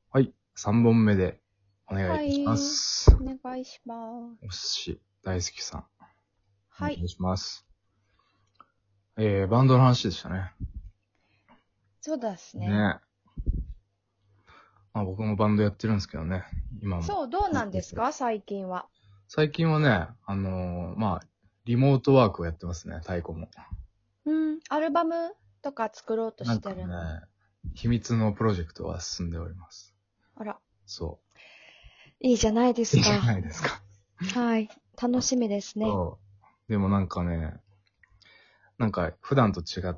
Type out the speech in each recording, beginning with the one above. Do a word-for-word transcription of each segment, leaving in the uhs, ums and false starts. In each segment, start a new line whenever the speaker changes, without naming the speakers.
はい。さんぼんめでお願いします。
はい。お願いします。
お寿司大好きさん。
はい。
お願いします。えー、バンドの話でしたね。
そうですね。
ね。まあ僕もバンドやってるんですけどね。今も。
そう、どうなんですか最近は。
最近はね、あのー、まあ、リモートワークをやってますね、太鼓も。
うん。アルバムとか作ろうとしてるの。
なんかね、秘密のプロジェクトは進んでおります。
あら。
そ
いいじゃないで
う。いいじゃ
すか。
ないですか。
はい。楽しみですね。
そう。でもなんかね、なんか普段と違って、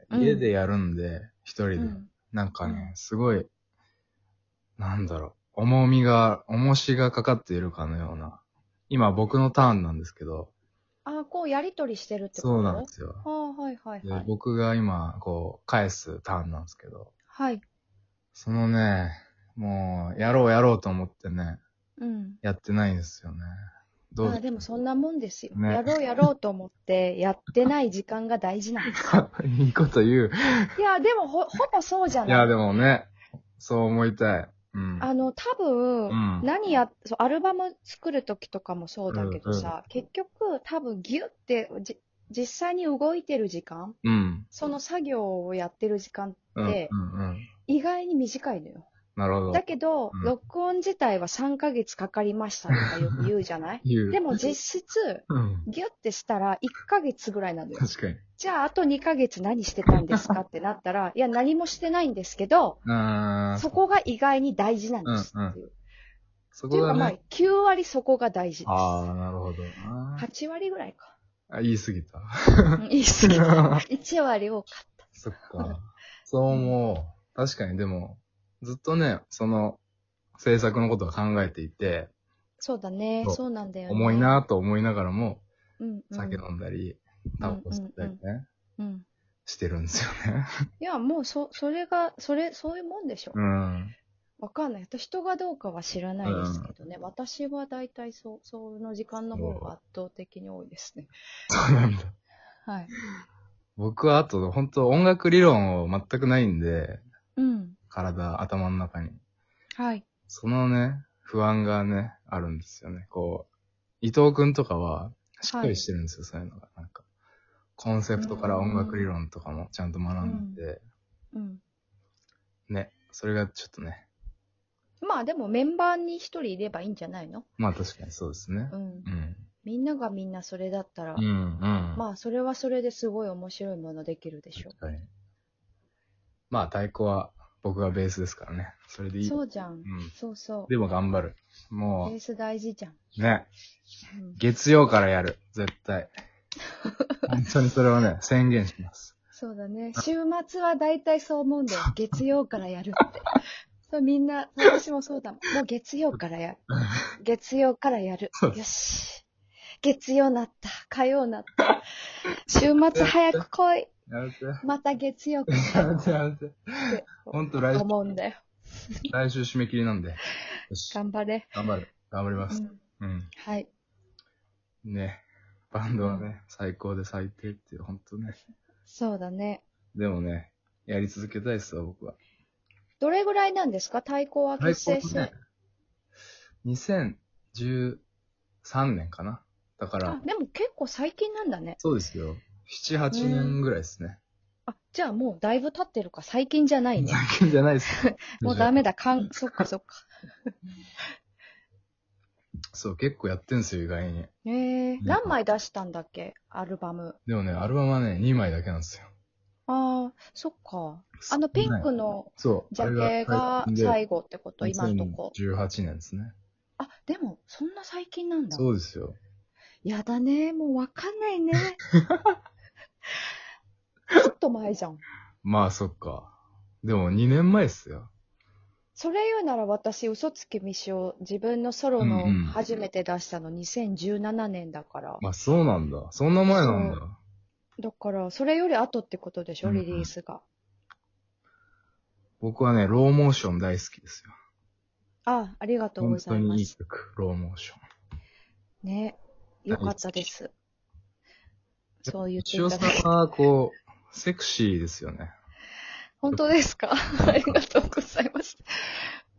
うん
家でやるんで、一人で。
うん
なんかね、
うん
すごい、なんだろう、重みが、重しがかかっているかのような。今僕のターンなんですけど、
あ、こうやりとりしてるってこ
そうなん
と
ですよ。
ああ、はいはい
で、
はい。
僕が今、こう、返すターンなんですけど、
はい。
そのね、もう、やろうやろうと思ってね、
うん。
やってないんですよね。どう
あ、
で
でもそんなもんですよ。
ね。
やろうやろうと思ってやってない時間が大事なんですよ。
いいこと言う。
いや、でもほ、ほぼそうじゃ
いや、で
ない。
もね、そう思いたい。うん。
あの、多分、
うん。
何や、そう、アルバム作るときとかもそうだ
うん、うん。
けどさ、結局、多分ギュってじ、実際に動いてる時間、
うん。
その作業をやってる時間っ
うん、うん、
て、
うん。
意外に短いのよ。
なるほど。
だけど、
うん。
録音自体はさんかげつかかりましたとかよく言うじゃない
言う。
でも実質、
うん。
ギュってしたらいっかげつぐらいなのよ。
確かに。
じゃあ、あとにかげつ何してたんですかってなったら、いや、何もしてないんですけど、
あー、
そこが意外に大事なん
うん、うん。
ですっていう。というかまあ、
そこがね。
きゅう割そこが大事です。
あー、なるほどな。
はち割ぐらいか。
あ、言い過ぎた。
うん言い過ぎた。いち割多かっ
そっか。そう思う。確かに、でも、ずっとね、その、制作のことは考えていて、
た。そうだね。
そう
そうなんだよね。
重いなと思いながらも、
うんうん。
酒飲んだり、
うん
タバコ吸っ
うんうん。
たりね、
うん。
してるんですよね。
いや、もうそ、それが、それ、そういうもんでしょ。
うん。
わかんない。私人がどうかは知らないです
うん。
けどね。私は大体そう、その時間の方が
そう。
圧倒的に多いですね。
そうなんだ。
はい。
僕はあと、本当音楽理論を全くないんで、
うん。
体、頭の中に。
はい。
そのね、不安がね、あるんですよね。こう、伊藤くんとかは、しっかり
はい。
してるんですよ、そういうのが。なんか、コンセ
うー
プトから音楽理
ん。
論とかもちゃんと学
うん。
んで、
うん。
ね、それがちょっとね、
まあでもメンバーに一人いればいいんじゃないの
まあ確かにそうですね。
うん。
うん。
みんながみんなそれだったら、
うん、うん。
まあそれはそれですごい面白いものできるでしょう。
確かに。まあ太鼓は僕がベースですからね。それでいい。
そうじゃん。
うん。
そうそ
でも頑張る。
う。
も
ベース大事じゃん。
う、ね、
うん、
月曜からやる。絶対。本当にそれをね、宣言します。
そうだね。週末は大体そう思うんだよ。月曜からやるって。そうみんな、私もそうだもん。もう月曜からやる。月曜からやる。
そう
よし。月曜なった。火曜なった。週末早く来い。
やめて。
また月曜か
やめてやめて。
って
本当来週、
思うんだよ。
来週締め切りなんで。よし。
頑張れ。
頑張る。頑張ります。
うん。
うん。
はい。
ね。バンドはね、最高で最低っていう、本当ね。
そうだね。
でもね、やり続けたいですよ、僕は。
どれぐらいなんですか太鼓は結成して。
ね、にせんじゅうさんねんかな。だから。
あ、でも結構最近なんだね。
そうですよ。なな、はちねんぐらいですね。
あ、じゃあもうだいぶ経ってるか。最近じゃないね。
最近じゃないですよ。
もうダメだ。かん、そっかそっか。
そう、結構やってんすよ、意外に。
えー、何枚出したんだっけアルバム。
でもね、アルバムはね、にまいだけなんですよ。
ああ、そっか。あのピンクの
そう
ジャケが最後ってこと今んとこ。
にせんじゅうはちねんですね。
あ、でも、そんな最近なんだ。
そうですよ。
やだね。もうわかんないね。ちょっと前じゃん。
まあ、そっか。でもにねんまえっすよ。
それ言うなら私、嘘つきみしお、自分のソロの初めて出したのにせんじゅうななねんだから。
まあ、そうなんだ。そんな前なんだ。
だから、それより後ってことでしょ、
うんうん
リリースが。
僕はね、ローモーション大好きですよ。
あ、ありがとうござい
本当にいい
ます。
曲、ローモーション。
ね。よかったです。そう言ってい
塩
ただいて。
さんは、こう、セクシーですよね。
本当ですかありがとうございます。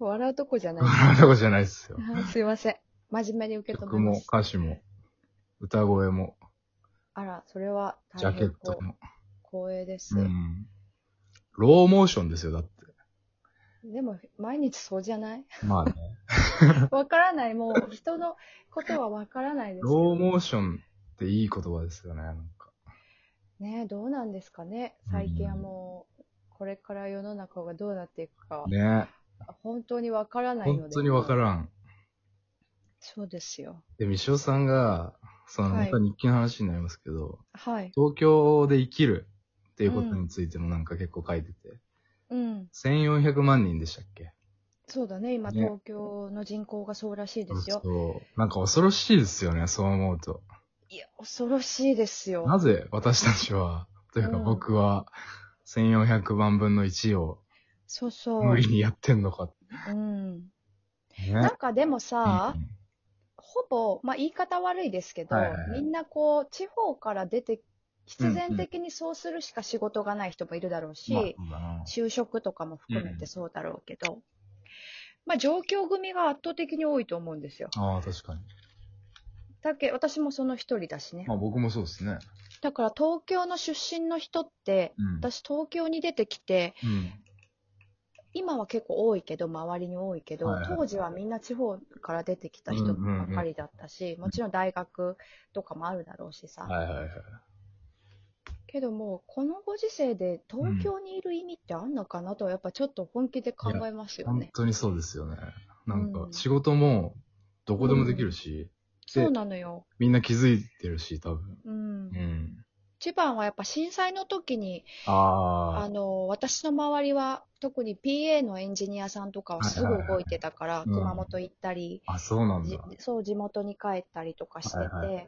笑うとこじゃない。
笑うとこじゃないっすよ。
すいません。真面目に受け止
曲も
めます。
歌詞も、歌声も、
あら、それは
ジャケ
大変こう
ットも。
光栄です。
うん。ローモーションですよ、だって。
でも、毎日そうじゃない？
まあね。
わからない。もう、人のことはわからないですけど。
ローモーションっていい言葉ですよね、なんか。
ね、どうなんですかね。最近はもう、これから世の中がどうなっていくか、
ね。
本当にわからないので。
本当にわからん。
そうですよ。
で、みしおさんが、その、
はい
また日記の話になりますけど、
はい。
東京で生きるっていうことについてもなんか結構書いてて、
うん。
せんよんひゃくまん人でしたっけ？
そうだね。今、
ね
東京の人口がそうらしいですよ。
そう。なんか恐ろしいですよね、そう思うと。
いや、恐ろしいですよ。
なぜ私たちは、というか
うん
僕は、せんよんひゃくまんぶんのいちを
そうそう。
無理にやってんのか。
うん。
ね。
なんかでもさ、
うん
ほぼ、まあ言い方悪いですけど、
はいはいはい
みんなこう、地方から出て、必然的にそうするしか仕事がない人もいるだろうし、
まあ、そうだな。
就職とかも含め
うん
てそうだろうけど、まあ上京組が圧倒的に多いと思うんですよ。
ああ、確かに。
だけ私もその一人だしね。
まあ僕もそうですね。
だから東京の出身の人って、
うん。
私東京に出てきて、
うん。
今は結構多いけど、周りに多いけど、
はいはい
当時はみんな地方から出てきた人ばっかりだったし、もちろん大学とかもあるだろうしさ。
はいはいはい。
けどもう、このご時世で東京にいる意味ってあんのかなとは、やっぱちょっと本気で考えますよね。
本当にそうですよね。なんか
う、ん
仕事もどこでもできるし、
そうなのよ。
みんな気づいてるし、多分。
うん
う。ん。
一番はやっぱ震災の時に、
あ
あの、私の周りは、特に ピーエー のエンジニアさんとかはすぐ動いてたから、
はいはいはい
熊本行ったり、
あ。あ、そうなん
じ
だ。
そう、地元に帰ったりとかしてて、
はいはい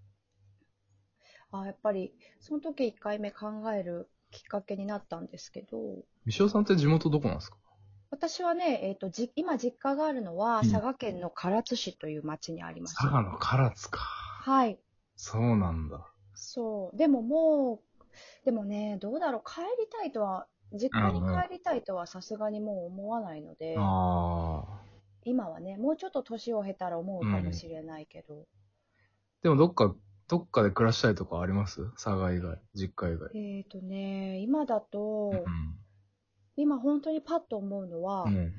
あやっぱり、その時いっかいめ考えるきっかけになったんですけど、
みしおさんって地元どこなんですか？
私はね、えっ、と、じ、今実家があるのは、
うん
佐賀県の唐津市という町にあります。
佐賀の唐津か。
はい。
そうなんだ。
そう。でももう、でもね、どうだろう、帰りたいとは、実家に帰りたいとはさすがにもう思わないので、
ああ。
今はね、もうちょっと年を経たら思うかもしれないけど、
でもどっか、どっかで暮らしたいとかあります佐賀以外、実家以外。
えっ、とね、今だと、
うん。
今本当にパッと思うのは、
うん。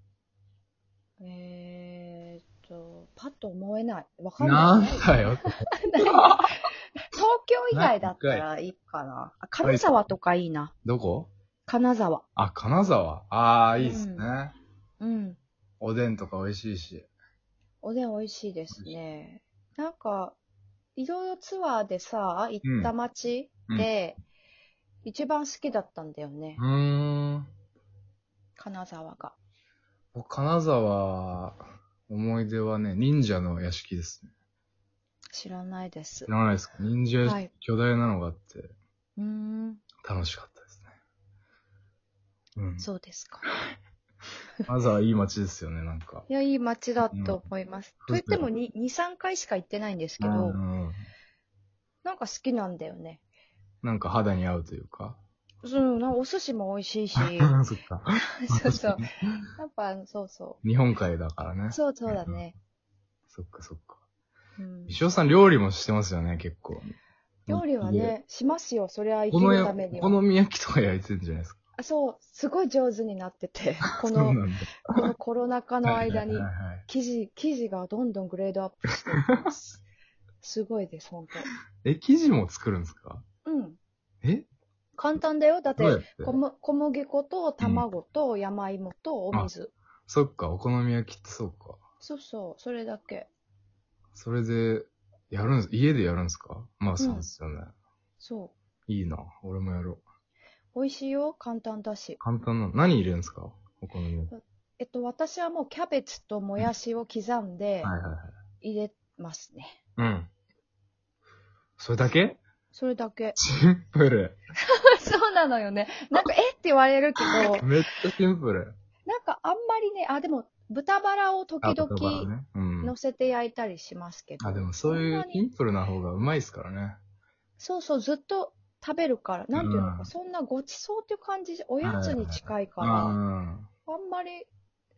えーっと、パッと思えない。わかんない。
なんだよ。
東京以外だったらいいかな。あ金沢とかいいな。
どこ
金沢。
あ、金沢。ああ、いいっすね。
うん。
おでんとか美味しいし。
おでん美味しいですね。なんか、いろいろツアーでさ、行った街で、一番好きだったんだよね。
うーん。
金沢が。
僕金沢、思い出はね、忍者の屋敷ですね。
知らないです
知。らないですか？忍者屋敷、
はい
巨大なのがあって、
うーん、
楽しかったですね。うん。
そうですか。
金沢いい街ですよね、なんか。
いや、いい街だと思います。
うん
といってもに、に、さんかいしか行ってないんですけど、
うん。
なんか好きなんだよね。
なんか肌に合うというか。
そう、なんかお寿司も美味しいし、
そっか。
そうそう。やっぱ、そうそ
日本海だからね
う。。そうそうだね。
そっかそっか。
うん、
石尾さん料理もしてますよね、結構。
料理はね、しますよ。それは生
このや、
きるために
お好
は。
み焼きとか焼いてるんじゃないですか。
あそう、すごい上手になってて、この、
そうなんだ。
このコロナ禍の間に
はい、はいはい
生地、生地がどんどんグレードアップしていってます。すごいです、本
え、生地も作るんですか？
当。うん。
え
簡単だよ。だって
どうやって
小む、小麦粉と卵と山芋とお水。
そっか、お好み焼きってそうか。
そうそう、それだけ。
それで、やるんす、家でやるんですか？まあそうですよね。
そ
いいな。俺もやろう。
う。美味しいよ。簡単だし。
簡単なの。何入れるんですか？お好み焼き。
えっと、私はもうキャベツともやしを刻んで
はいはいはい。
入れますね。
うん。それだけ？
それだけ。
シンプル。
そうなのよね。なんか、えって言われるけど、
めっちゃシンプル。
なんかあんまりね、あ、でも、豚バラを時
あ、豚バラ
々
ね。うん。
乗せて焼いたりしますけど。
あ、でもそういう
そんなに
シンプルな方がうまいですからね。
そうそう、ずっと食べるから、なんていうのか、
うん
そんなごちそうっていう感じ、おやつに近いから、
うん。
あんまり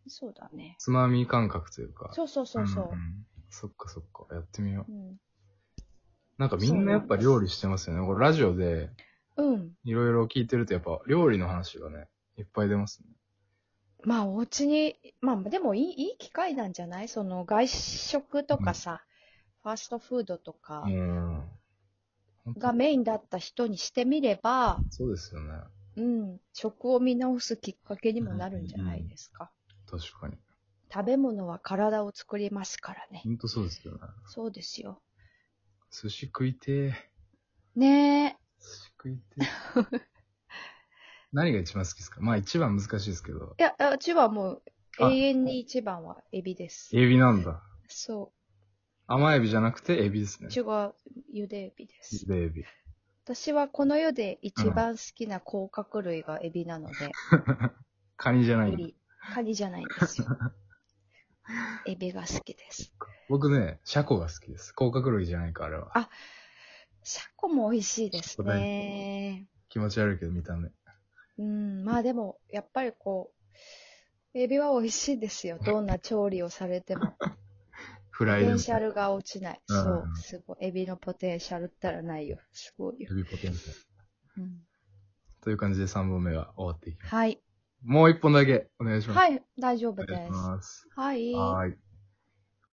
そうだね。
つまみ感覚というか。
そうそうそうそう。
んんそっかそっか。やってみよう。
うん、
なんかみんなやっぱ料理してますよね。これラジオで、
うん。
いろいろ聞いてるとやっぱ料理の話がね、いっぱい出ますね。
まあ、お家に、まあ、でもいい、いい機会なんじゃない？その、外食とかさ、ファーストフードとか
うん。本当
がメインだった人にしてみれば、
そうですよね。
うん、食を見直すきっかけにもなるんじゃないですか。
確かに。
食べ物は体を作りますからね。
本当そうですよね。
そうですよ。
寿司食いてー。
ねえ。
寿司食いてー。何が一番好きですか？まあ一番難しいですけど。
いや、あうちはもう、
あ、
永遠に一番はエビです。
エビなんだ。
そ
甘エビじゃなくてエビです
う。う
ね。
ちは茹でエビです。
でエビ。
私はこの世で一番好きな甲殻類がエビなので、
カニじゃないんだ。
エビ、カニじゃないんですよ。エビが好きです。
僕ね、シャコが好きです。甲殻類じゃないか、あれは。
あ、シャコも美味しいです
シャコ大好き
ね。
気持ち悪いけど見た目。
うん、まあでも、やっぱりこう、エビは美味しいですよ。どんな調理をされても。ポ
フライでも。
テンシャルが落ちない。
うん
そう、すごい。エビのポテンシャルったらないよ。すごいよ。
エビポテンシャル。
うん、
という感じでさんぼんめが終わっていきます。
はい。
もういっぽんだけお願いします。
はい、大丈夫
お願いし
です。
ます。
はい。
はーい。